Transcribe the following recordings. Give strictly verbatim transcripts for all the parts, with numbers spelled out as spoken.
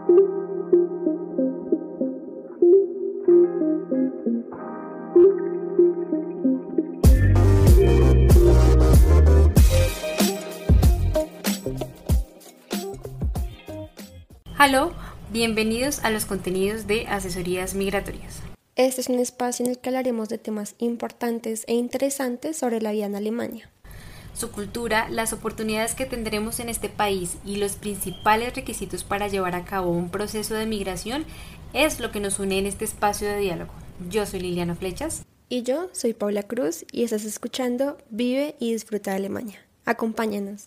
Aló, bienvenidos a los contenidos de Asesorías Migratorias. Este es un espacio en el que hablaremos de temas importantes e interesantes sobre la vida en Alemania. Su cultura, las oportunidades que tendremos en este país y los principales requisitos para llevar a cabo un proceso de migración es lo que nos une en este espacio de diálogo. Yo soy Liliana Flechas. Y yo soy Paula Cruz y estás escuchando Vive y Disfruta de Alemania. Acompáñanos.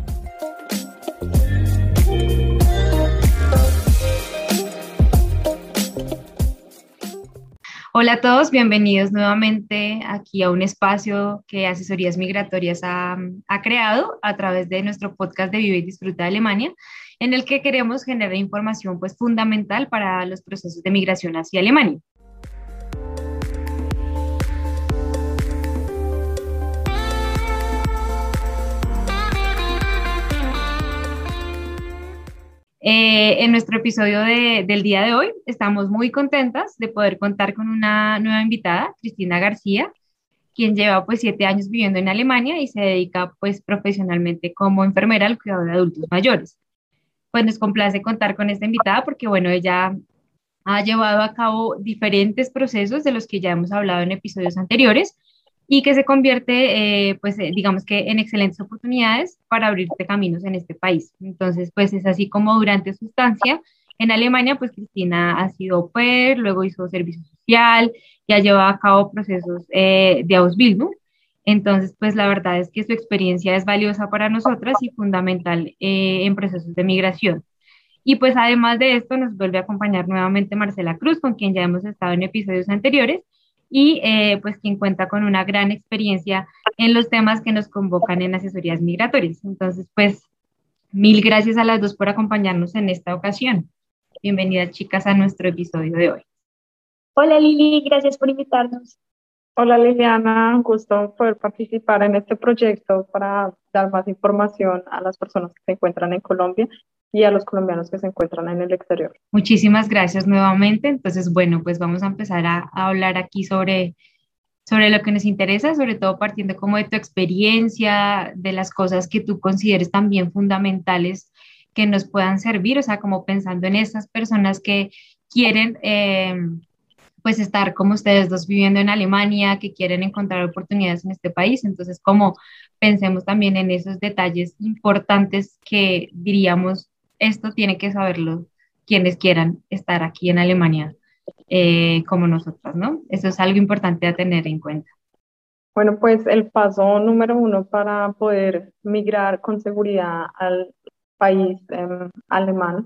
Hola a todos, bienvenidos nuevamente aquí a un espacio que Asesorías Migratorias ha, ha creado a través de nuestro podcast de Vive y Disfruta de Alemania, en el que queremos generar información pues, fundamental para los procesos de migración hacia Alemania. Eh, en nuestro episodio de, del día de hoy estamos muy contentas de poder contar con una nueva invitada, Cristina García, quien lleva pues siete años viviendo en Alemania y se dedica pues profesionalmente como enfermera al cuidado de adultos mayores. Pues nos complace contar con esta invitada porque bueno, ella ha llevado a cabo diferentes procesos de los que ya hemos hablado en episodios anteriores y que se convierte, eh, pues, eh, digamos que en excelentes oportunidades para abrirte caminos en este país. Entonces, pues, es así como durante su estancia en Alemania, pues, Cristina ha sido au pair, luego hizo servicio social y ha llevado a cabo procesos eh, de Ausbildung. Entonces, pues, la verdad es que su experiencia es valiosa para nosotras y fundamental eh, en procesos de migración. Y pues además de esto nos vuelve a acompañar nuevamente Marcela Cruz, con quien ya hemos estado en episodios anteriores, y eh, pues quien cuenta con una gran experiencia en los temas que nos convocan en asesorías migratorias. Entonces, pues, mil gracias a las dos por acompañarnos en esta ocasión. Bienvenidas, chicas, a nuestro episodio de hoy. Hola Lili, gracias por invitarnos. Hola Liliana, un gusto poder participar en este proyecto para dar más información a las personas que se encuentran en Colombia y a los colombianos que se encuentran en el exterior. Muchísimas gracias nuevamente. Entonces, bueno, pues vamos a empezar a, a hablar aquí sobre, sobre lo que nos interesa, sobre todo partiendo como de tu experiencia, de las cosas que tú consideres también fundamentales que nos puedan servir, o sea, como pensando en estas personas que quieren eh, pues estar como ustedes dos viviendo en Alemania, que quieren encontrar oportunidades en este país. Entonces, como pensemos también en esos detalles importantes que diríamos, esto tiene que saberlo quienes quieran estar aquí en Alemania eh, como nosotras, ¿no? Eso es algo importante a tener en cuenta. Bueno, pues el paso número uno para poder migrar con seguridad al país eh, alemán,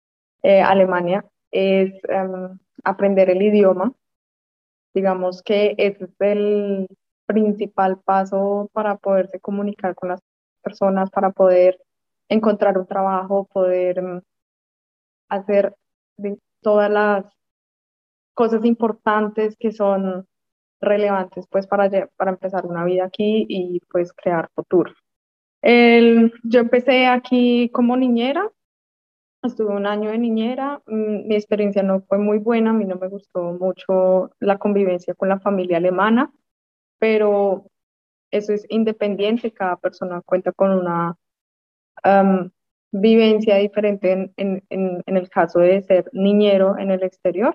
eh, Alemania, es eh, aprender el idioma. Digamos que ese es el principal paso para poderse comunicar con las personas, para poder encontrar un trabajo, poder um, hacer de todas las cosas importantes que son relevantes pues para, para empezar una vida aquí y pues crear futuro. El, yo empecé aquí como niñera, estuve un año de niñera, mi experiencia no fue muy buena, a mí no me gustó mucho la convivencia con la familia alemana, pero eso es independiente, cada persona cuenta con una um, vivencia diferente en, en, en, en el caso de ser niñero en el exterior.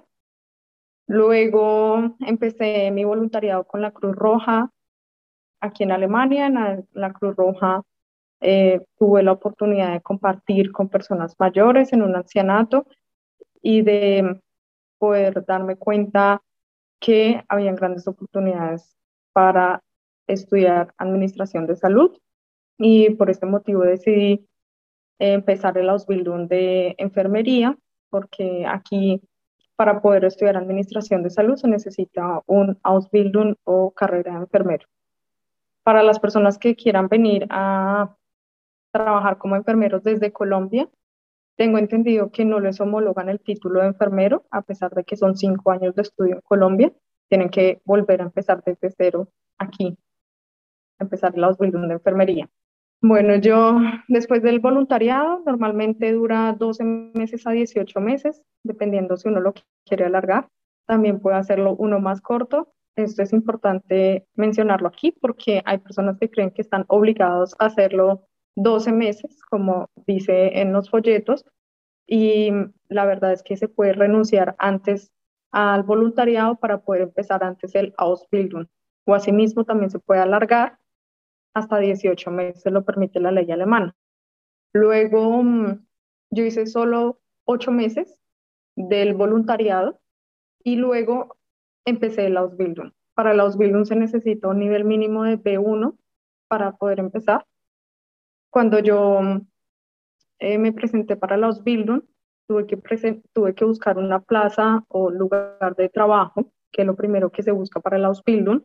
Luego empecé mi voluntariado con la Cruz Roja aquí en Alemania. En la, la Cruz Roja eh, tuve la oportunidad de compartir con personas mayores en un ancianato y de poder darme cuenta que habían grandes oportunidades para estudiar administración de salud, y por este motivo decidí empezar el Ausbildung de enfermería, porque aquí para poder estudiar administración de salud se necesita un Ausbildung o carrera de enfermero. Para las personas que quieran venir a trabajar como enfermeros desde Colombia, tengo entendido que no les homologan el título de enfermero, a pesar de que son cinco años de estudio en Colombia, tienen que volver a empezar desde cero aquí, empezar el Ausbildung de enfermería. Bueno, yo después del voluntariado normalmente dura doce meses a dieciocho meses, dependiendo si uno lo quiere alargar. También puede hacerlo uno más corto. Esto es importante mencionarlo aquí porque hay personas que creen que están obligados a hacerlo doce meses, como dice en los folletos, y la verdad es que se puede renunciar antes al voluntariado para poder empezar antes el Ausbildung. O asimismo también se puede alargar hasta dieciocho meses, lo permite la ley alemana. Luego mm, yo hice solo ocho meses del voluntariado y luego empecé el Ausbildung. Para el Ausbildung se necesita un nivel mínimo de B uno para poder empezar. Cuando yo mm, eh, me presenté para el Ausbildung, tuve que, tuve que buscar una plaza o lugar de trabajo, que es lo primero que se busca para el Ausbildung,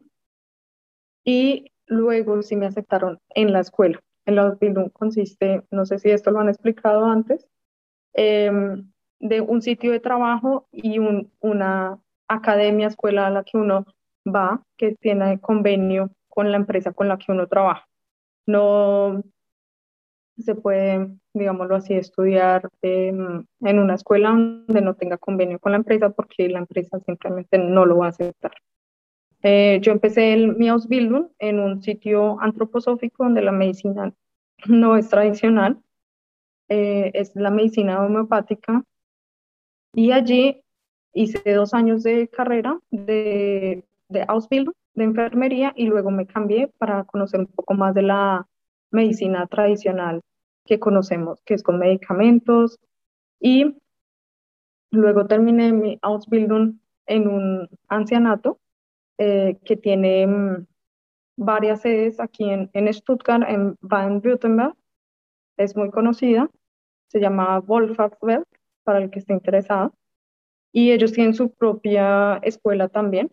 y luego sí me aceptaron en la escuela. El Ausbildung consiste, no sé si esto lo han explicado antes, eh, de un sitio de trabajo y un, una academia, escuela a la que uno va, que tiene convenio con la empresa con la que uno trabaja. No se puede, digámoslo así, estudiar eh, en una escuela donde no tenga convenio con la empresa porque la empresa simplemente no lo va a aceptar. Eh, yo empecé el, mi Ausbildung en un sitio antroposófico donde la medicina no es tradicional, eh, es la medicina homeopática, y allí hice dos años de carrera de, de Ausbildung, de enfermería, y luego me cambié para conocer un poco más de la medicina tradicional que conocemos, que es con medicamentos, y luego terminé mi Ausbildung en un ancianato eh, que tiene mm, varias sedes aquí en, en Stuttgart, en Baden-Württemberg, es muy conocida, se llama Wolfsburg, para el que esté interesado, y ellos tienen su propia escuela también.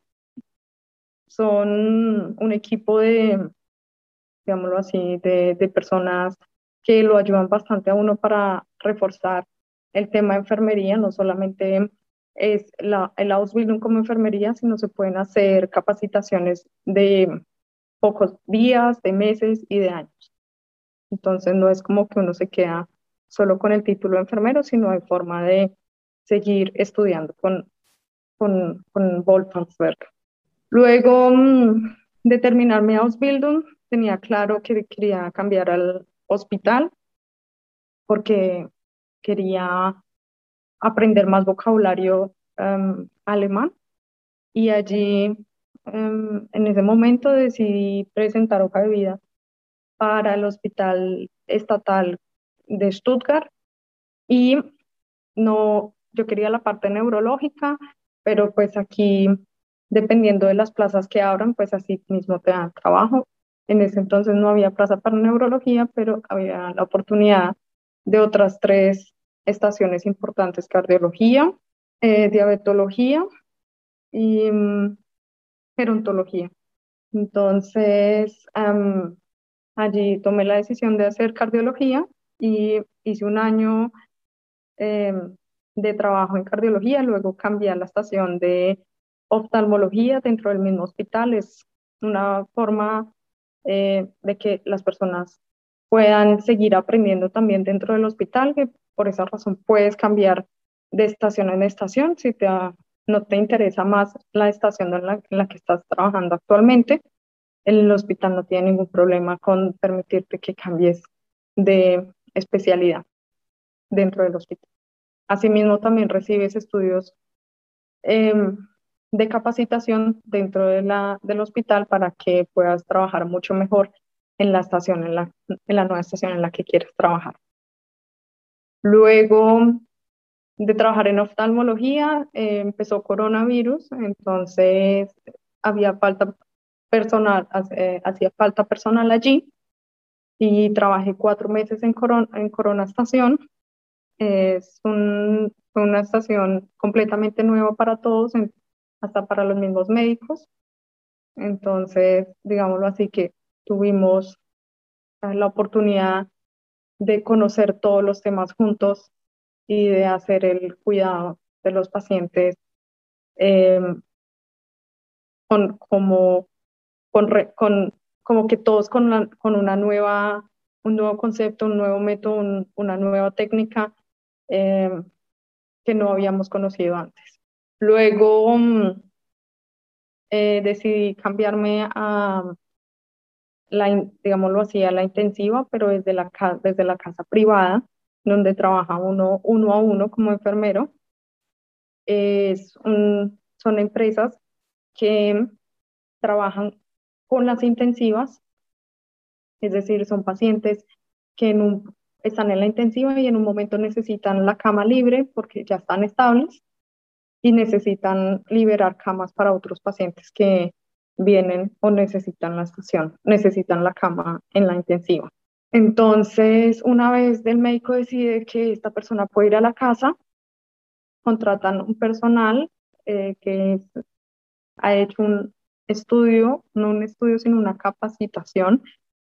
Son un equipo de, digámoslo así, de, de personas que lo ayudan bastante a uno para reforzar el tema de enfermería, no solamente es la, el Ausbildung como enfermería, sino se pueden hacer capacitaciones de pocos días, de meses y de años. Entonces no es como que uno se queda solo con el título de enfermero, sino hay forma de seguir estudiando con, con, con Wolfsburg. Luego mm, de terminar mi Ausbildung, tenía claro que quería cambiar al hospital porque quería aprender más vocabulario um, alemán, y allí um, en ese momento decidí presentar hoja de vida para el Hospital Estatal de Stuttgart, y no, yo quería la parte neurológica, pero pues aquí, dependiendo de las plazas que abran, pues así mismo te dan trabajo. En ese entonces no había plaza para neurología, pero había la oportunidad de otras tres estaciones importantes: cardiología, eh, diabetología y mm, gerontología. Entonces, um, allí tomé la decisión de hacer cardiología y hice un año eh, de trabajo en cardiología, luego cambié a la estación de oftalmología dentro del mismo hospital. Es una forma eh, de que las personas puedan seguir aprendiendo también dentro del hospital, que por esa razón puedes cambiar de estación en estación si te, no te interesa más la estación en la, en la que estás trabajando actualmente. El hospital no tiene ningún problema con permitirte que cambies de especialidad dentro del hospital. Asimismo, también recibes estudios eh, de capacitación dentro de la, del hospital para que puedas trabajar mucho mejor en la estación, en la, en la nueva estación en la que quieres trabajar. Luego de trabajar en oftalmología, eh, empezó coronavirus, entonces había falta personal, eh, hacía falta personal allí, y trabajé cuatro meses en Corona, en Corona Estación. Es un, una estación completamente nueva para todos, en, hasta para los mismos médicos. Entonces, digámoslo así, que tuvimos la oportunidad de conocer todos los temas juntos y de hacer el cuidado de los pacientes eh, con, como, con, re, con, como que todos con, la, con una nueva un nuevo concepto, un nuevo método, un- una nueva técnica eh, que no habíamos conocido antes. Luego mm, eh, decidí cambiarme a la, in- digámoslo así, a la intensiva, pero desde la, ca- desde la casa privada, donde trabaja uno, uno a uno como enfermero. Es un- son empresas que trabajan con las intensivas, es decir, son pacientes que en un- están en la intensiva y en un momento necesitan la cama libre porque ya están estables y necesitan liberar camas para otros pacientes que vienen o necesitan la estación, necesitan la cama en la intensiva. Entonces, una vez el médico decide que esta persona puede ir a la casa, contratan un personal eh, que es- ha hecho un estudio, no un estudio, sino una capacitación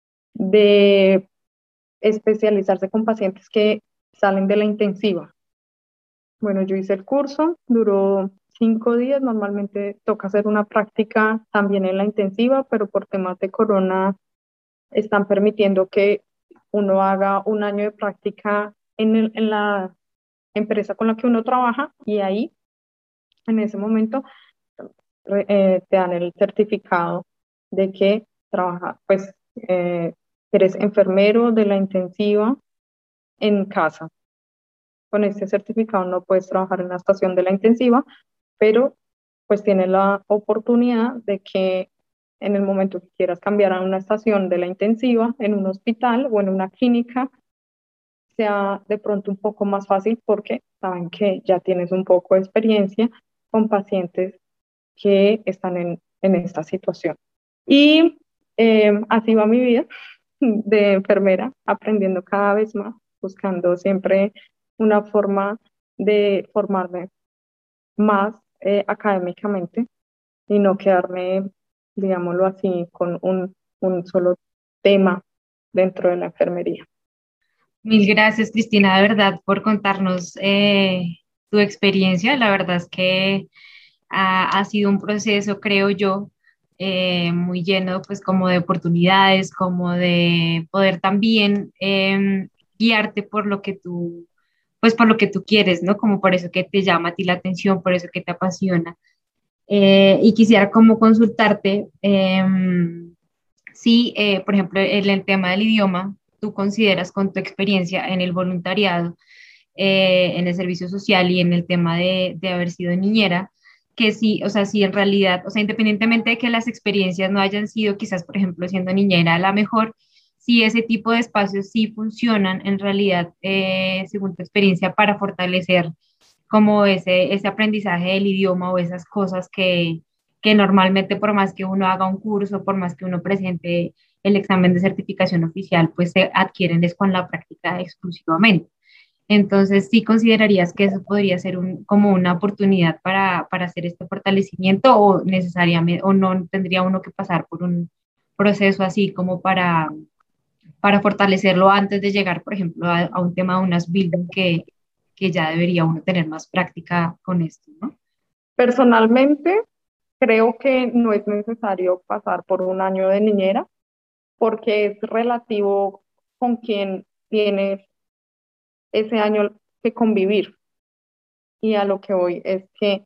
de especializarse con pacientes que salen de la intensiva. Bueno, yo hice el curso, duró cinco días, normalmente toca hacer una práctica también en la intensiva, pero por temas de corona están permitiendo que uno haga un año de práctica en, el- en la empresa con la que uno trabaja y ahí, en ese momento, re- eh, te dan el certificado de que trabaja, pues, eh, eres enfermero de la intensiva en casa. Con este certificado no puedes trabajar en la estación de la intensiva, pero pues tienes la oportunidad de que en el momento que quieras cambiar a una estación de la intensiva, en un hospital o en una clínica, sea de pronto un poco más fácil porque saben que ya tienes un poco de experiencia con pacientes que están en, en esta situación. Y eh, así va mi vida de enfermera, aprendiendo cada vez más, buscando siempre una forma de formarme más eh, académicamente y no quedarme, digámoslo así, con un, un solo tema dentro de la enfermería. Mil gracias, Cristina, de verdad, por contarnos eh, tu experiencia. La verdad es que ha, ha sido un proceso, creo yo, eh, muy lleno, pues, como de oportunidades, como de poder también em, guiarte por lo que tú, pues, por lo que tú quieres, ¿no? Como por eso que te llama a ti la atención, por eso que te apasiona. Eh, y quisiera como consultarte. em, Sí, eh, por ejemplo, en el tema del idioma, tú consideras con tu experiencia en el voluntariado, eh, en el servicio social y en el tema de, de haber sido niñera, que sí, o sea, sí en realidad, o sea, independientemente de que las experiencias no hayan sido quizás, por ejemplo, siendo niñera la mejor, si ese tipo de espacios sí funcionan en realidad, eh, según tu experiencia, para fortalecer como ese, ese aprendizaje del idioma o esas cosas que, que normalmente por más que uno haga un curso, por más que uno presente el examen de certificación oficial, pues se adquieren es con la práctica exclusivamente. Entonces, ¿sí considerarías que eso podría ser un, como una oportunidad para, para hacer este fortalecimiento o necesariamente, o no tendría uno que pasar por un proceso así como para, para fortalecerlo antes de llegar, por ejemplo, a, a un tema de unas building que, que ya debería uno tener más práctica con esto, ¿no? Personalmente, creo que no es necesario pasar por un año de niñera porque es relativo con quien tienes ese año que convivir. Y a lo que voy es que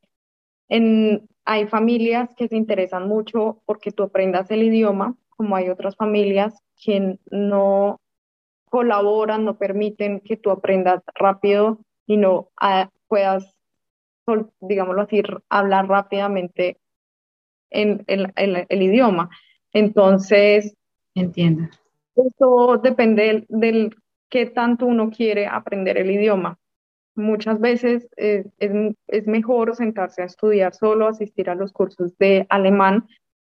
en, hay familias que se interesan mucho porque tú aprendas el idioma, como hay otras familias que no colaboran, no permiten que tú aprendas rápido y no ah, puedas, sol- digámoslo así, r- hablar rápidamente en, en- en el idioma. Entonces, Entiendo. eso depende del, del qué tanto uno quiere aprender el idioma. Muchas veces eh, es, es mejor sentarse a estudiar solo, asistir a los cursos de alemán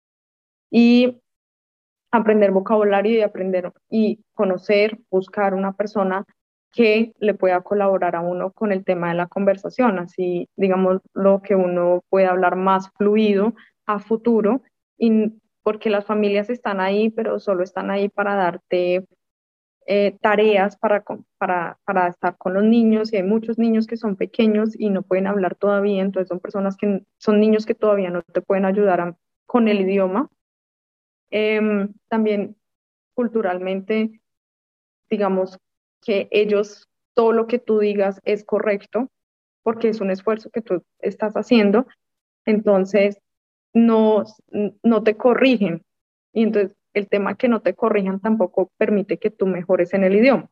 y aprender vocabulario y aprender y conocer, buscar una persona que le pueda colaborar a uno con el tema de la conversación, así digamos lo que uno puede hablar más fluido a futuro, y porque las familias están ahí, pero solo están ahí para darte eh, tareas para, con- para, para estar con los niños y hay muchos niños que son pequeños y no pueden hablar todavía, entonces son personas que son niños que todavía no te pueden ayudar a- con el idioma. Em, también culturalmente digamos, que ellos, todo lo que tú digas es correcto, porque es un esfuerzo que tú estás haciendo, entonces no, no te corrigen. Y entonces el tema que no te corrijan tampoco permite que tú mejores en el idioma.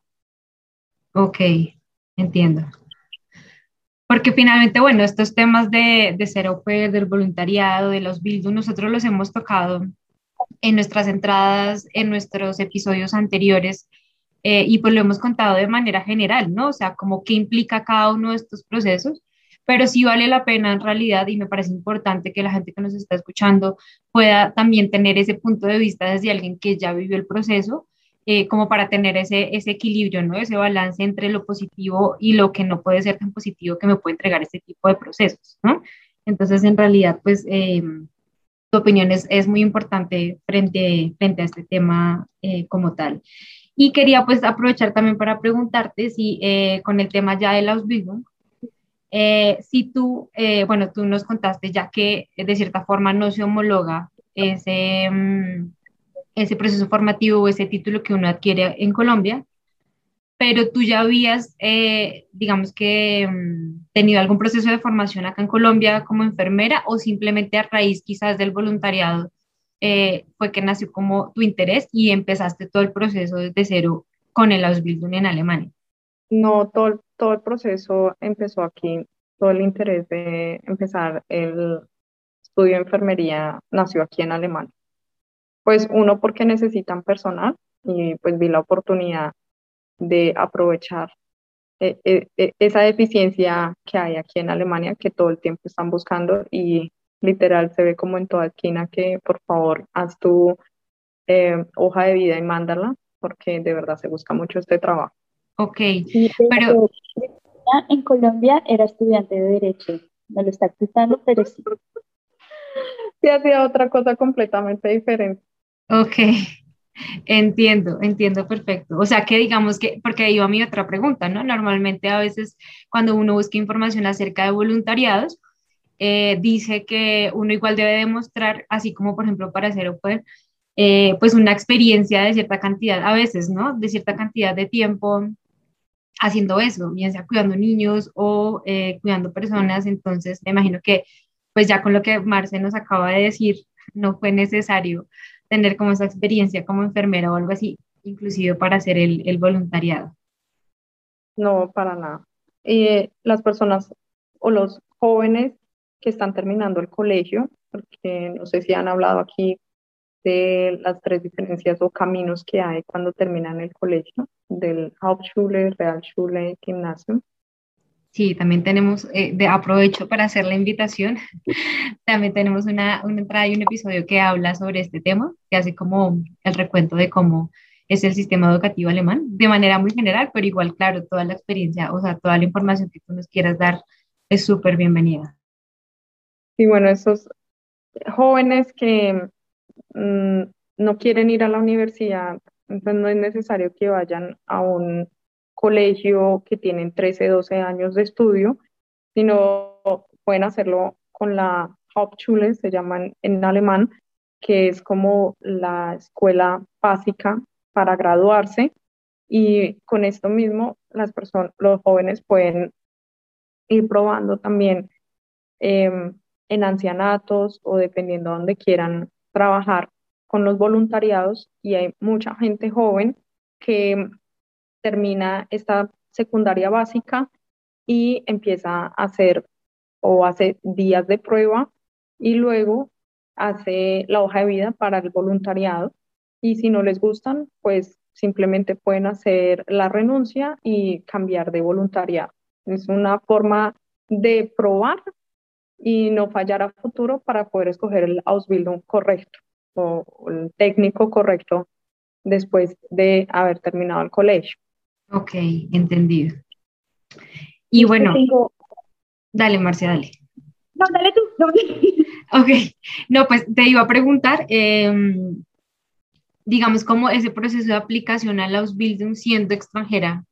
Ok, entiendo. Porque finalmente, bueno, estos temas de, de ser au pair, del voluntariado, de los Bildung, nosotros los hemos tocado en nuestras entradas, en nuestros episodios anteriores, eh, y pues lo hemos contado de manera general, ¿no? O sea, como qué implica cada uno de estos procesos, pero sí vale la pena en realidad y me parece importante que la gente que nos está escuchando pueda también tener ese punto de vista desde alguien que ya vivió el proceso, eh, como para tener ese, ese equilibrio, ¿no? Ese balance entre lo positivo y lo que no puede ser tan positivo que me puede entregar este tipo de procesos, ¿no? Entonces, en realidad, pues... Eh, tu opinión es, es muy importante frente, frente a este tema eh, como tal. Y quería pues aprovechar también para preguntarte si eh, con el tema ya de la Ausbildung, eh, si tú, eh, bueno, tú nos contaste ya que eh, de cierta forma no se homologa ese, mm, ese proceso formativo o ese título que uno adquiere en Colombia, pero tú ya habías, eh, digamos que, mm, tenido algún proceso de formación acá en Colombia como enfermera o simplemente a raíz quizás del voluntariado eh, fue que nació como tu interés y empezaste todo el proceso desde cero con el Ausbildung en Alemania. No, todo, el- todo el proceso empezó aquí, todo el interés de empezar el estudio de enfermería nació aquí en Alemania. Pues uno porque necesitan personal y pues vi la oportunidad de aprovechar eh, eh, eh, esa deficiencia que hay aquí en Alemania, que todo el tiempo están buscando y literal se ve como en toda esquina que por favor haz tu eh, hoja de vida y mándala, porque de verdad se busca mucho este trabajo. Ok, Sí, de pero hecho, Cristina en Colombia era estudiante de Derecho. Me lo está ocultando, pero sí. Sí, hacía otra cosa completamente diferente. ok, entiendo, entiendo perfecto. O sea que digamos que, porque ahí iba mi otra pregunta, ¿no? Normalmente a veces cuando uno busca información acerca de voluntariados, eh, dice que uno igual debe demostrar, así como por ejemplo para hacer au pair, eh, pues una experiencia de cierta cantidad, a veces, ¿no? De cierta cantidad de tiempo haciendo eso, bien sea cuidando niños o eh, cuidando personas. Entonces, me imagino que pues ya con lo que Marce nos acaba de decir, no fue necesario tener como esa experiencia como enfermera o algo así, inclusive para hacer el, el voluntariado. No, para nada. Y eh, las personas o los jóvenes que están terminando el colegio, porque no sé si han hablado aquí de las tres diferencias o caminos que hay cuando terminan el colegio, del Hauptschule, Realschule, Gymnasium. Sí, también tenemos, eh, de, aprovecho para hacer la invitación, también tenemos una, una entrada y un episodio que habla sobre este tema, que hace como el recuento de cómo es el sistema educativo alemán, de manera muy general, pero igual, claro, toda la experiencia, o sea, toda la información que tú nos quieras dar es súper bienvenida. Y bueno, esos jóvenes que mm, no quieren ir a la universidad, entonces no es necesario que vayan a un colegio que tienen trece doce años de estudio, sino pueden hacerlo con la Hauptschule, se llaman en alemán, que es como la escuela básica para graduarse. Y con esto mismo, las personas, los jóvenes pueden ir probando también em, en ancianatos o dependiendo de donde quieran trabajar con los voluntariados. Y hay mucha gente joven que termina esta secundaria básica y empieza a hacer o hace días de prueba y luego hace la hoja de vida para el voluntariado. Y si no les gustan, pues simplemente pueden hacer la renuncia y cambiar de voluntariado. Es una forma de probar y no fallar a futuro para poder escoger el Ausbildung correcto o el técnico correcto después de haber terminado el colegio. Ok, entendido. Y Yo te bueno, tengo. dale, Marcia, dale. No, dale tú. No. Ok, no, pues te iba a preguntar, em, digamos, cómo ese proceso de aplicación a la Ausbildung siendo extranjera,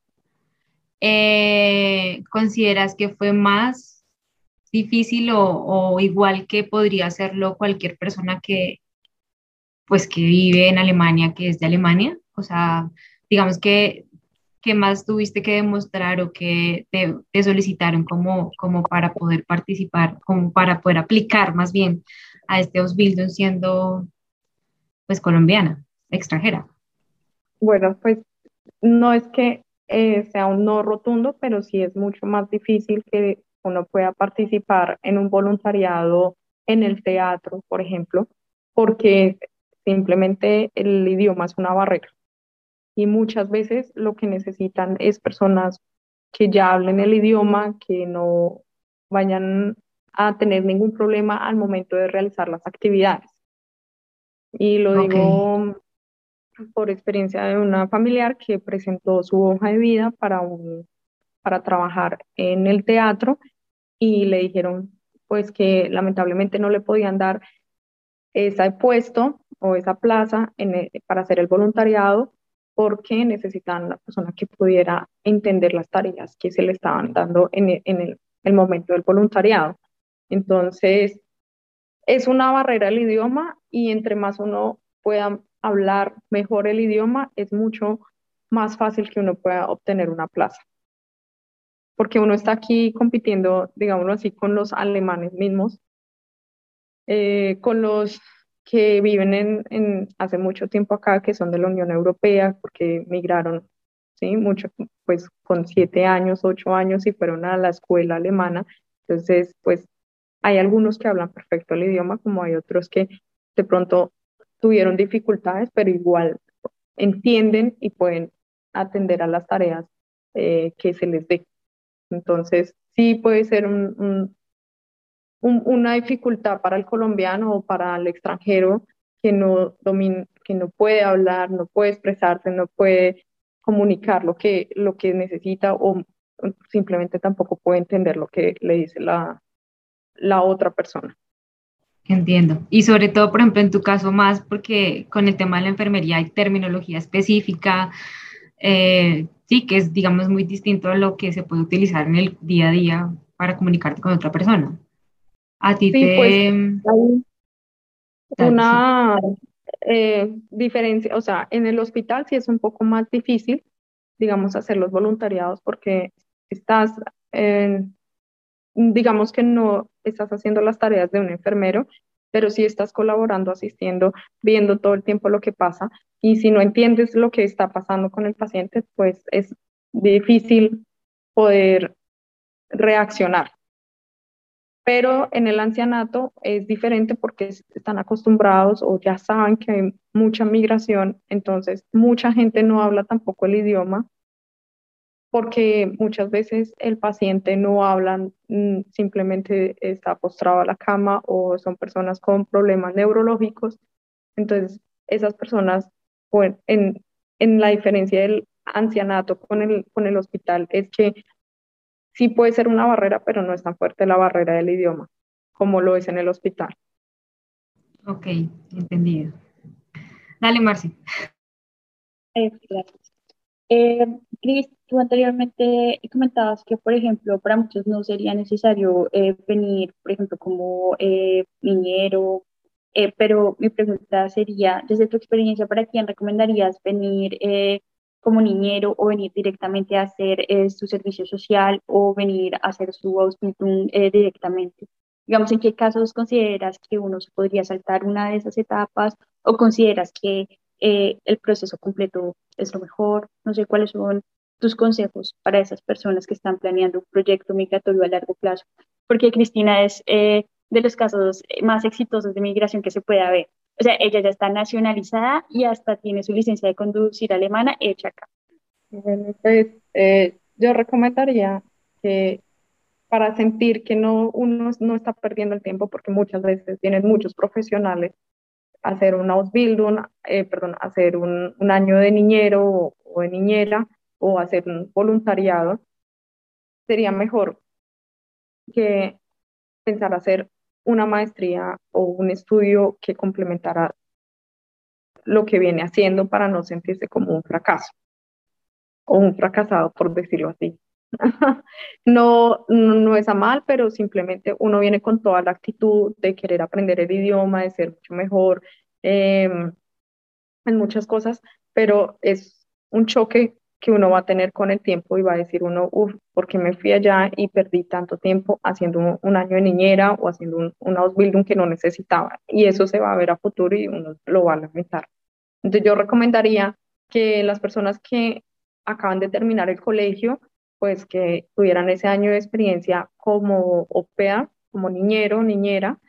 eh, ¿consideras que fue más difícil o, o igual que podría hacerlo cualquier persona que, pues, que vive en Alemania, que es de Alemania? O sea, digamos que ¿qué más tuviste que demostrar o que te, te solicitaron como, como para poder participar, como para poder aplicar más bien a este Ausbildung siendo pues colombiana, extranjera? Bueno, pues no es que eh, sea un no rotundo, pero sí es mucho más difícil que uno pueda participar en un voluntariado en el teatro, por ejemplo, porque simplemente el idioma es una barrera. Y muchas veces lo que necesitan es personas que ya hablen el idioma, que no vayan a tener ningún problema al momento de realizar las actividades. Y lo Ok, digo por experiencia de una familiar que presentó su hoja de vida para un, para trabajar en el teatro y le dijeron pues que lamentablemente no le podían dar ese puesto o esa plaza en el- para hacer el voluntariado porque necesitaban una persona que pudiera entender las tareas que se le estaban dando en el, en el, el momento del voluntariado. Entonces, es una barrera el idioma y entre más uno pueda hablar mejor el idioma, es mucho más fácil que uno pueda obtener una plaza. Porque uno está aquí compitiendo, digámoslo así, con los alemanes mismos, eh, con los que viven en, en hace mucho tiempo acá, que son de la Unión Europea, porque migraron, ¿sí? Mucho, pues con siete años, ocho años y fueron a la escuela alemana. Entonces, pues hay algunos que hablan perfecto el idioma, como hay otros que de pronto tuvieron dificultades, pero igual entienden y pueden atender a las tareas eh, que se les dé. Entonces, sí puede ser un, un, un, una dificultad para el colombiano o para el extranjero que no domina, que no puede hablar, no puede expresarse, no puede comunicar lo que, lo que necesita o simplemente tampoco puede entender lo que le dice la, la otra persona. entiendo. Y sobre todo, por ejemplo, en tu caso más, porque con el tema de la enfermería hay terminología específica, eh, sí, que es, digamos, muy distinto a lo que se puede utilizar en el día a día para comunicarte con otra persona. A ti Sí, pues te... hay Dale, sí. una eh, diferencia, o sea, en el hospital sí es un poco más difícil, digamos, hacer los voluntariados porque estás, eh, digamos que no estás haciendo las tareas de un enfermero, pero sí estás colaborando, asistiendo, viendo todo el tiempo lo que pasa. Y si no entiendes lo que está pasando con el paciente, pues es difícil poder reaccionar. Pero en el ancianato es diferente porque es- están acostumbrados o ya saben que hay mucha migración, entonces mucha gente no habla tampoco el idioma porque muchas veces el paciente no habla, mm, simplemente está postrado a la cama o son personas con problemas neurológicos. Entonces, esas personas, pues, en, en la diferencia del ancianato con el, con el hospital, es que sí puede ser una barrera, pero no es tan fuerte la barrera del idioma como lo es en el hospital. Ok, entendido. Dale, Marci. Eh, gracias. Eh, Cris, tú anteriormente comentabas que, por ejemplo, para muchos no sería necesario eh, venir, por ejemplo, como eh, niñero, eh, pero mi pregunta sería, desde tu experiencia, ¿para quién recomendarías venir eh, como niñero o venir directamente a hacer eh, su servicio social o venir a hacer su Ausbildung eh, directamente? Digamos, ¿en qué casos consideras que uno se podría saltar una de esas etapas o consideras que eh, el proceso completo es lo mejor? No sé cuáles son tus consejos para esas personas que están planeando un proyecto migratorio a largo plazo, porque Cristina es eh, de los casos más exitosos de migración que se puede haber. O sea, ella ya está nacionalizada y hasta tiene su licencia de conducir alemana hecha acá. Bueno, pues eh, yo recomendaría que para sentir que no, uno no está perdiendo el tiempo, porque muchas veces vienen muchos profesionales a hacer un Ausbildung, eh, perdón, hacer un, un año de niñero o, o de niñera o hacer un voluntariado, sería mejor que pensar hacer una maestría o un estudio que complementara lo que viene haciendo para no sentirse como un fracaso o un fracasado, por decirlo así. No, no, no es a mal, pero simplemente uno viene con toda la actitud de querer aprender el idioma, de ser mucho mejor eh, en muchas cosas, pero es un choque que uno va a tener con el tiempo y va a decir uno, uff, ¿por qué me fui allá y perdí tanto tiempo haciendo un, un año de niñera o haciendo un, un Ausbildung que no necesitaba? Y eso se va a ver a futuro y uno lo va a lamentar. Entonces yo recomendaría que las personas que acaban de terminar el colegio, pues que tuvieran ese año de experiencia como au pair, como niñero, niñera,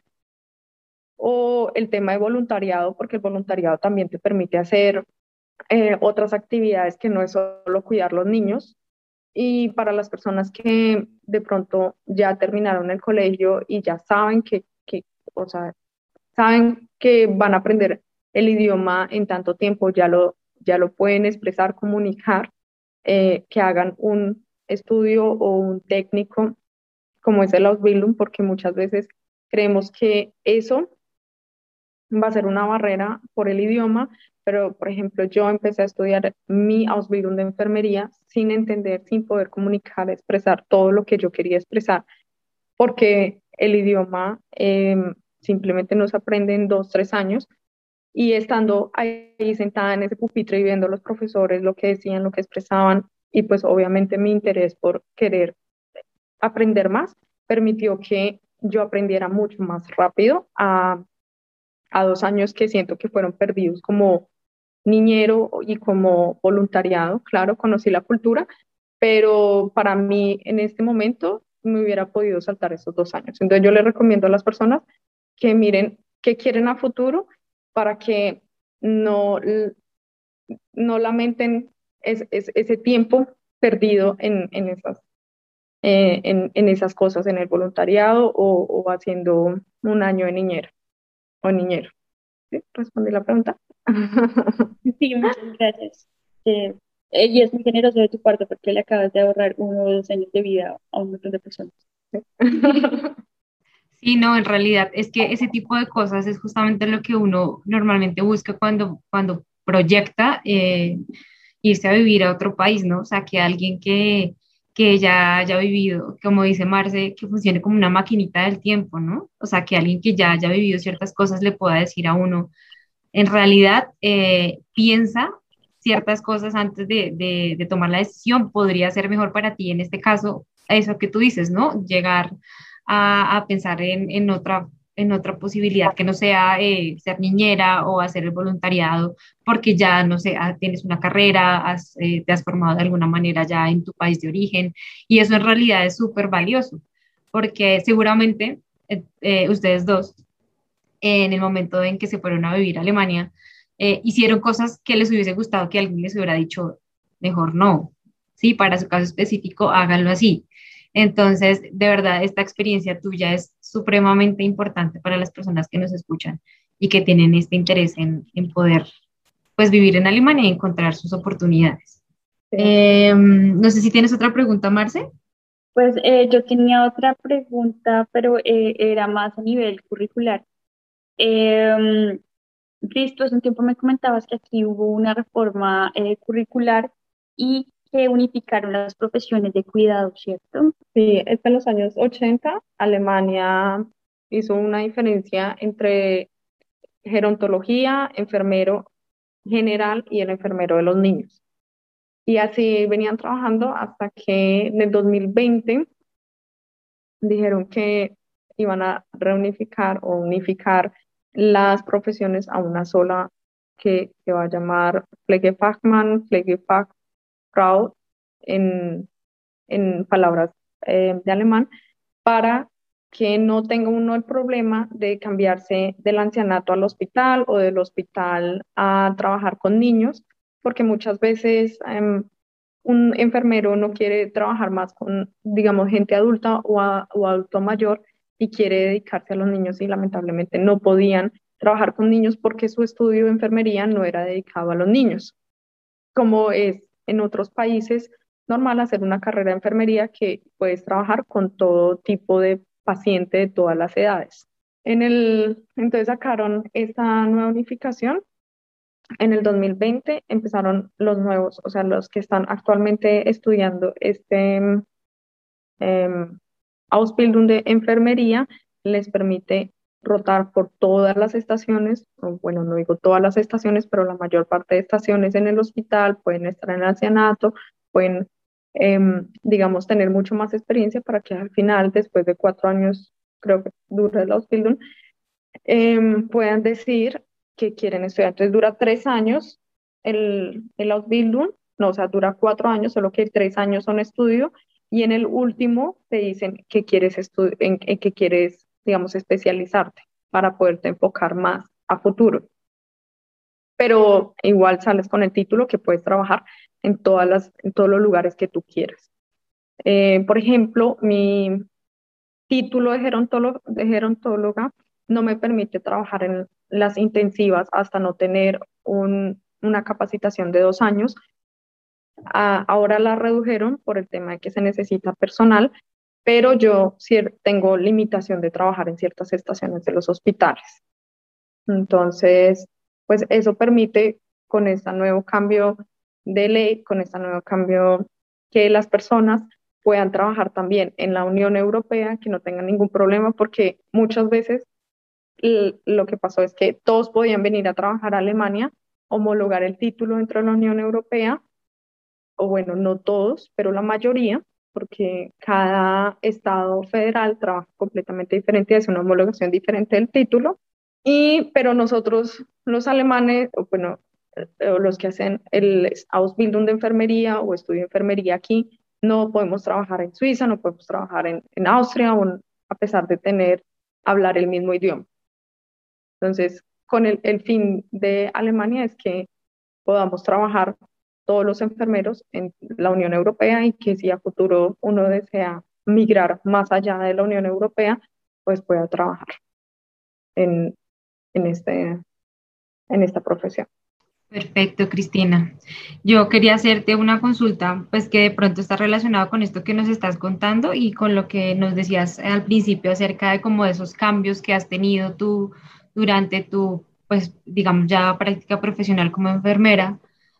o el tema de voluntariado, porque el voluntariado también te permite hacer eh, otras actividades que no es solo cuidar los niños. Y para las personas que de pronto ya terminaron el colegio y ya saben que, que, o sea, saben que van a aprender el idioma en tanto tiempo, ya lo, ya lo pueden expresar, comunicar, eh, que hagan un estudio o un técnico como es el Ausbildung, porque muchas veces creemos que eso va a ser una barrera por el idioma, pero por ejemplo yo empecé a estudiar mi Ausbildung de enfermería sin entender, sin poder comunicar, expresar todo lo que yo quería expresar, porque el idioma eh, simplemente no se aprende en dos, tres años, y estando ahí sentada en ese pupitre y viendo a los profesores lo que decían, lo que expresaban, y pues obviamente mi interés por querer aprender más, permitió que yo aprendiera mucho más rápido a a dos años que siento que fueron perdidos como niñero y como voluntariado. Claro, conocí la cultura, pero para mí en este momento me hubiera podido saltar esos dos años. Entonces yo les recomiendo a las personas que miren qué quieren a futuro para que no, no lamenten es, es, ese tiempo perdido en, en esas, eh, en, en, esas cosas, en el voluntariado o, o haciendo un año de niñera o niñero. ¿Sí? ¿Respondí la pregunta? Sí, muchas gracias. Eh, eh, y es muy generoso de tu parte porque le acabas de ahorrar uno o dos años de vida a un montón de personas. Sí, no, en realidad es que ese tipo de cosas es justamente lo que uno normalmente busca cuando, cuando proyecta eh, irse a vivir a otro país, ¿no? O sea, que alguien que, que ya haya vivido, como dice Marce, que funcione como una maquinita del tiempo, ¿no? O sea, que alguien que ya haya vivido ciertas cosas le pueda decir a uno, en realidad, eh, piensa ciertas cosas antes de, de, de tomar la decisión, podría ser mejor para ti, en este caso, eso que tú dices, ¿no? Llegar a, a pensar en, en otra en otra posibilidad que no sea eh, ser niñera o hacer el voluntariado, porque ya, no sé, ah, tienes una carrera, has, eh, te has formado de alguna manera ya en tu país de origen, y eso en realidad es súper valioso, porque seguramente eh, eh, ustedes dos, eh, en el momento en que se fueron a vivir a Alemania, eh, hicieron cosas que les hubiese gustado que alguien les hubiera dicho, mejor no, sí, para su caso específico, háganlo así. Entonces, de verdad, esta experiencia tuya es supremamente importante para las personas que nos escuchan y que tienen este interés en, en poder, pues, vivir en Alemania y encontrar sus oportunidades. Sí. Eh, no sé si tienes otra pregunta, Marce. Pues eh, yo tenía otra pregunta, pero eh, era más a nivel curricular. Eh, Cristo, hace un tiempo me comentabas que aquí hubo una reforma eh, curricular y que unificaron las profesiones de cuidado, ¿cierto? Sí, es de los años ochenta. Alemania hizo una diferencia entre gerontología, enfermero general y el enfermero de los niños. Y así venían trabajando hasta que en el dos mil veinte dijeron que iban a reunificar o unificar las profesiones a una sola que se va a llamar Pflegefachmann, Pflegefachfrau en, en palabras eh, de alemán, para que no tenga uno el problema de cambiarse del ancianato al hospital o del hospital a trabajar con niños, porque muchas veces um, un enfermero no quiere trabajar más con, digamos, gente adulta o, a, o adulto mayor y quiere dedicarse a los niños y lamentablemente no podían trabajar con niños porque su estudio de enfermería no era dedicado a los niños, como es en otros países normal hacer una carrera de enfermería que puedes trabajar con todo tipo de paciente de todas las edades. En el, entonces sacaron esta nueva unificación. En el dos mil veinte empezaron los nuevos, o sea, los que están actualmente estudiando este eh, Ausbildung de enfermería, les permite rotar por todas las estaciones, o bueno, no digo todas las estaciones, pero la mayor parte de estaciones en el hospital, pueden estar en el ancianato, pueden, em, digamos, tener mucho más experiencia para que al final, después de cuatro años, creo que dura el Ausbildung, em, puedan decir que quieren estudiar. Entonces dura tres años el, el Ausbildung, no, o sea, dura cuatro años, solo que tres años son estudio, y en el último te dicen que quieres estu- en, en qué quieres, digamos, especializarte para poderte enfocar más a futuro. Pero igual sales con el título que puedes trabajar en todas las, en todos los lugares que tú quieras. Eh, por ejemplo, mi título de gerontóloga, de gerontóloga no me permite trabajar en las intensivas hasta no tener un, una capacitación de dos años. A, ahora la redujeron por el tema de que se necesita personal, pero yo cier- tengo limitación de trabajar en ciertas estaciones de los hospitales. Entonces, pues eso permite con este nuevo cambio de ley, con este nuevo cambio, que las personas puedan trabajar también en la Unión Europea, que no tengan ningún problema, porque muchas veces l- lo que pasó es que todos podían venir a trabajar a Alemania, homologar el título dentro de la Unión Europea, o bueno, no todos, pero la mayoría, porque cada estado federal trabaja completamente diferente, hace una homologación diferente del título. Y, pero nosotros, los alemanes, o bueno, eh, o los que hacen el Ausbildung de enfermería o estudio de enfermería aquí, no podemos trabajar en Suiza, no podemos trabajar en, en Austria, o en- a pesar de tener, hablar el mismo idioma. Entonces, con el, el fin de Alemania es que podamos trabajar todos los enfermeros en la Unión Europea, y que si a futuro uno desea migrar más allá de la Unión Europea, pues pueda trabajar en, en, este, en esta profesión. Perfecto, Cristina. Yo quería hacerte una consulta, pues que de pronto está relacionado con esto que nos estás contando y con lo que nos decías al principio acerca de como de esos cambios que has tenido tú durante tu, pues digamos ya práctica profesional como enfermera.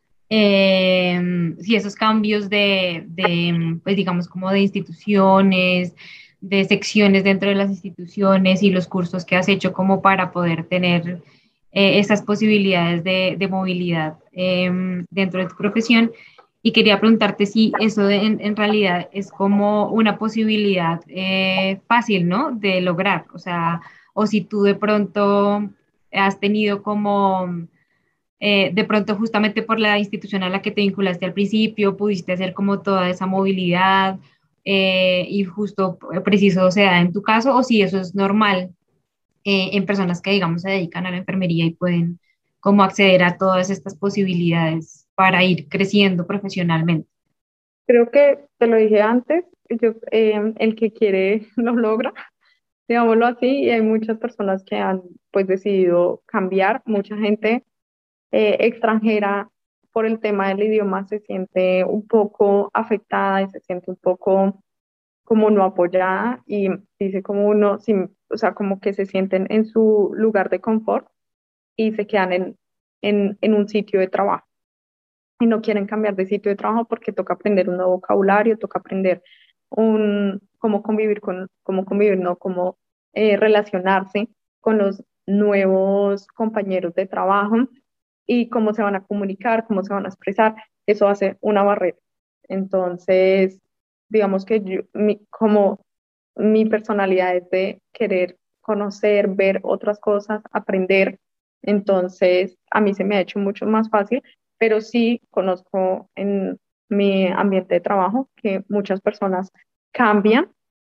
Eh, sí, esos cambios de, de, pues digamos como de instituciones, de secciones dentro de las instituciones y los cursos que has hecho como para poder tener eh, esas posibilidades de, de movilidad eh, dentro de tu profesión. Y quería preguntarte si eso de- en, en realidad es como una posibilidad eh, fácil, ¿no? De lograr, o sea, o si tú de pronto has tenido como eh, de pronto justamente por la institución a la que te vinculaste al principio, pudiste hacer como toda esa movilidad eh, y justo eh, preciso se da en tu caso, o si eso es normal eh, en personas que, digamos, se dedican a la enfermería y pueden como acceder a todas estas posibilidades para ir creciendo profesionalmente. Creo que te lo dije antes, yo, eh, el que quiere lo logra, digámoslo así, y hay muchas personas que han pues decidido cambiar, mucha gente eh, extranjera por el tema del idioma se siente un poco afectada y se siente un poco como no apoyada, y dice como uno, sin, o sea, como que se sienten en su lugar de confort y se quedan en, en, en un sitio de trabajo y no quieren cambiar de sitio de trabajo porque toca aprender un nuevo vocabulario, toca aprender un, cómo convivir con, cómo convivir, no, cómo eh, relacionarse con los nuevos compañeros de trabajo y cómo se van a comunicar, cómo se van a expresar. Eso hace una barrera. Entonces, digamos que yo, mi, como mi personalidad es de querer conocer, ver otras cosas, aprender, entonces a mí se me ha hecho mucho más fácil, pero sí conozco en mi ambiente de trabajo que muchas personas cambian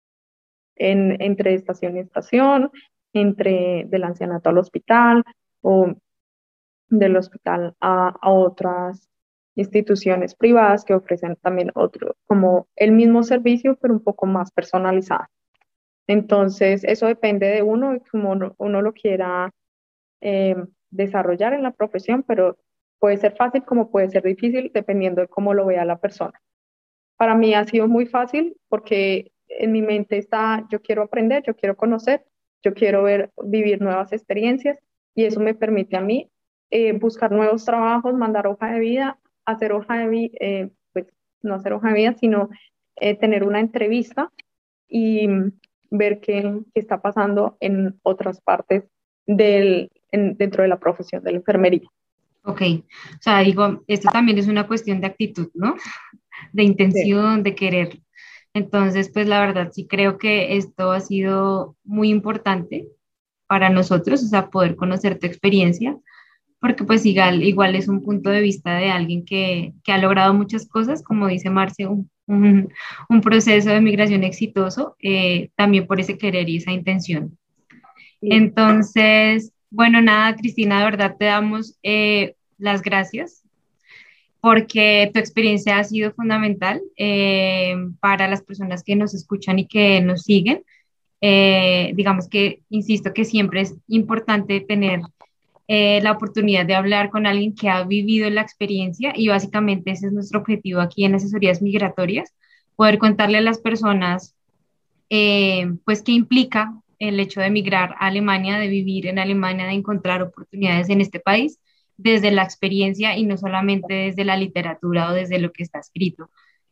en, entre estación y estación, entre del ancianato al hospital o del hospital a, a otras instituciones privadas que ofrecen también otro, como el mismo servicio, pero un poco más personalizado. Entonces, eso depende de uno y como uno, uno lo quiera eh, desarrollar en la profesión, pero puede ser fácil como puede ser difícil dependiendo de cómo lo vea la persona. Para mí ha sido muy fácil porque en mi mente está, yo quiero aprender, yo quiero conocer, yo quiero ver, vivir nuevas experiencias, y eso me permite a mí eh, buscar nuevos trabajos, mandar hoja de vida, hacer hoja de vida, eh, pues no hacer hoja de vida, sino eh, tener una entrevista y ver qué, qué está pasando en otras partes del, en- dentro de la profesión de la enfermería. Ok, o sea, digo, esto también es una cuestión de actitud, ¿no? De Sí. intención, de querer. Entonces, pues la verdad sí creo que esto ha sido muy importante para nosotros, o sea, poder conocer tu experiencia, porque pues igual, igual es un punto de vista de alguien que, que ha logrado muchas cosas, como dice Marce, un, un, un proceso de migración exitoso, eh, también por ese querer y esa intención. Sí. Entonces, bueno, nada, Cristina, de verdad te damos eh, las gracias porque tu experiencia ha sido fundamental eh, para las personas que nos escuchan y que nos siguen. Eh, digamos que, insisto, que siempre es importante tener eh, la oportunidad de hablar con alguien que ha vivido la experiencia y básicamente ese es nuestro objetivo aquí en asesorías migratorias, poder contarle a las personas eh, pues qué implica el hecho de emigrar a Alemania, de vivir en Alemania, de encontrar oportunidades en este país desde la experiencia y no solamente desde la literatura o desde lo que está escrito,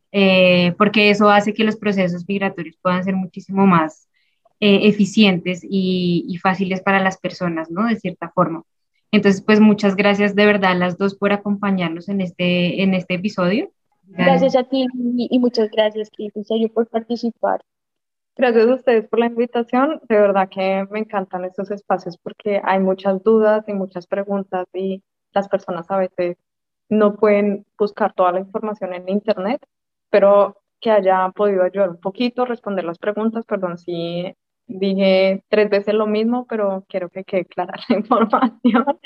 eh, porque eso hace que los procesos migratorios puedan ser muchísimo más eh, eficientes y, y fáciles para las personas, ¿no? De cierta forma. Entonces, pues muchas gracias de verdad a las dos por acompañarnos en este, en este episodio. Gracias a ti y, y muchas gracias, Cris, en serio, por participar. Gracias a ustedes por la invitación. De verdad que me encantan estos espacios porque hay muchas dudas y muchas preguntas y las personas a veces no pueden buscar toda la información en internet, pero que haya podido ayudar un poquito, responder las preguntas. Perdón si dije tres veces lo mismo, pero quiero que quede clara la información.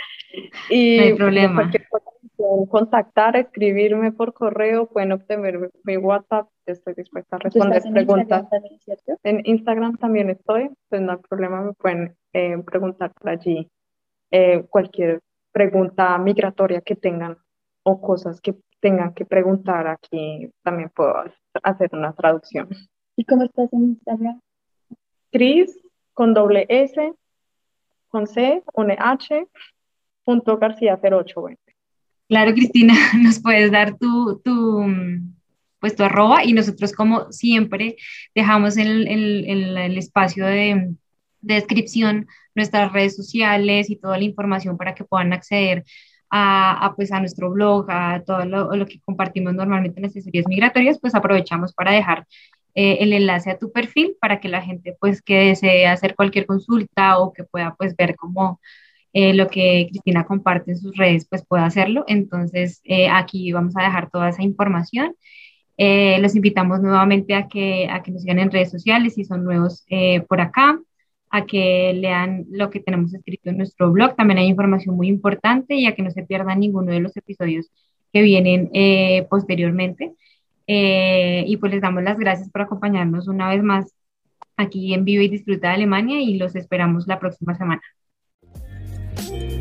No hay Y bueno, problema. cualquier cosa me pueden contactar, escribirme por correo, pueden obtener mi mi WhatsApp. Estoy dispuesta a Tú estás responder en preguntas. Instagram también, ¿cierto? En Instagram también estoy, pues no hay problema, me pueden eh, preguntar por allí eh, cualquier pregunta migratoria que tengan o cosas que tengan que preguntar. Aquí también puedo hacer una traducción. ¿Y cómo estás en Instagram? Cris con doble S, con C, con H, punto García cero ocho veinte. Claro, Cristina, nos puedes dar tu, tu, mm, pues tu arroba y nosotros como siempre dejamos en el, en- en el espacio de, de descripción nuestras redes sociales y toda la información para que puedan acceder a, a, pues, a nuestro blog, a todo lo, lo que compartimos normalmente en las asesorías migratorias, pues aprovechamos para dejar eh, el enlace a tu perfil para que la gente pues que desee hacer cualquier consulta o que pueda pues ver cómo eh, lo que Cristina comparte en sus redes, pues pueda hacerlo. Entonces, eh, aquí vamos a dejar toda esa información. Eh, los invitamos nuevamente a que, a que nos sigan en redes sociales si son nuevos eh, por acá, a que lean lo que tenemos escrito en nuestro blog. También hay información muy importante y a que no se pierdan ninguno de los episodios que vienen eh, posteriormente. Eh, y pues les damos las gracias por acompañarnos una vez más aquí en Vive y Disfruta de Alemania y los esperamos la próxima semana.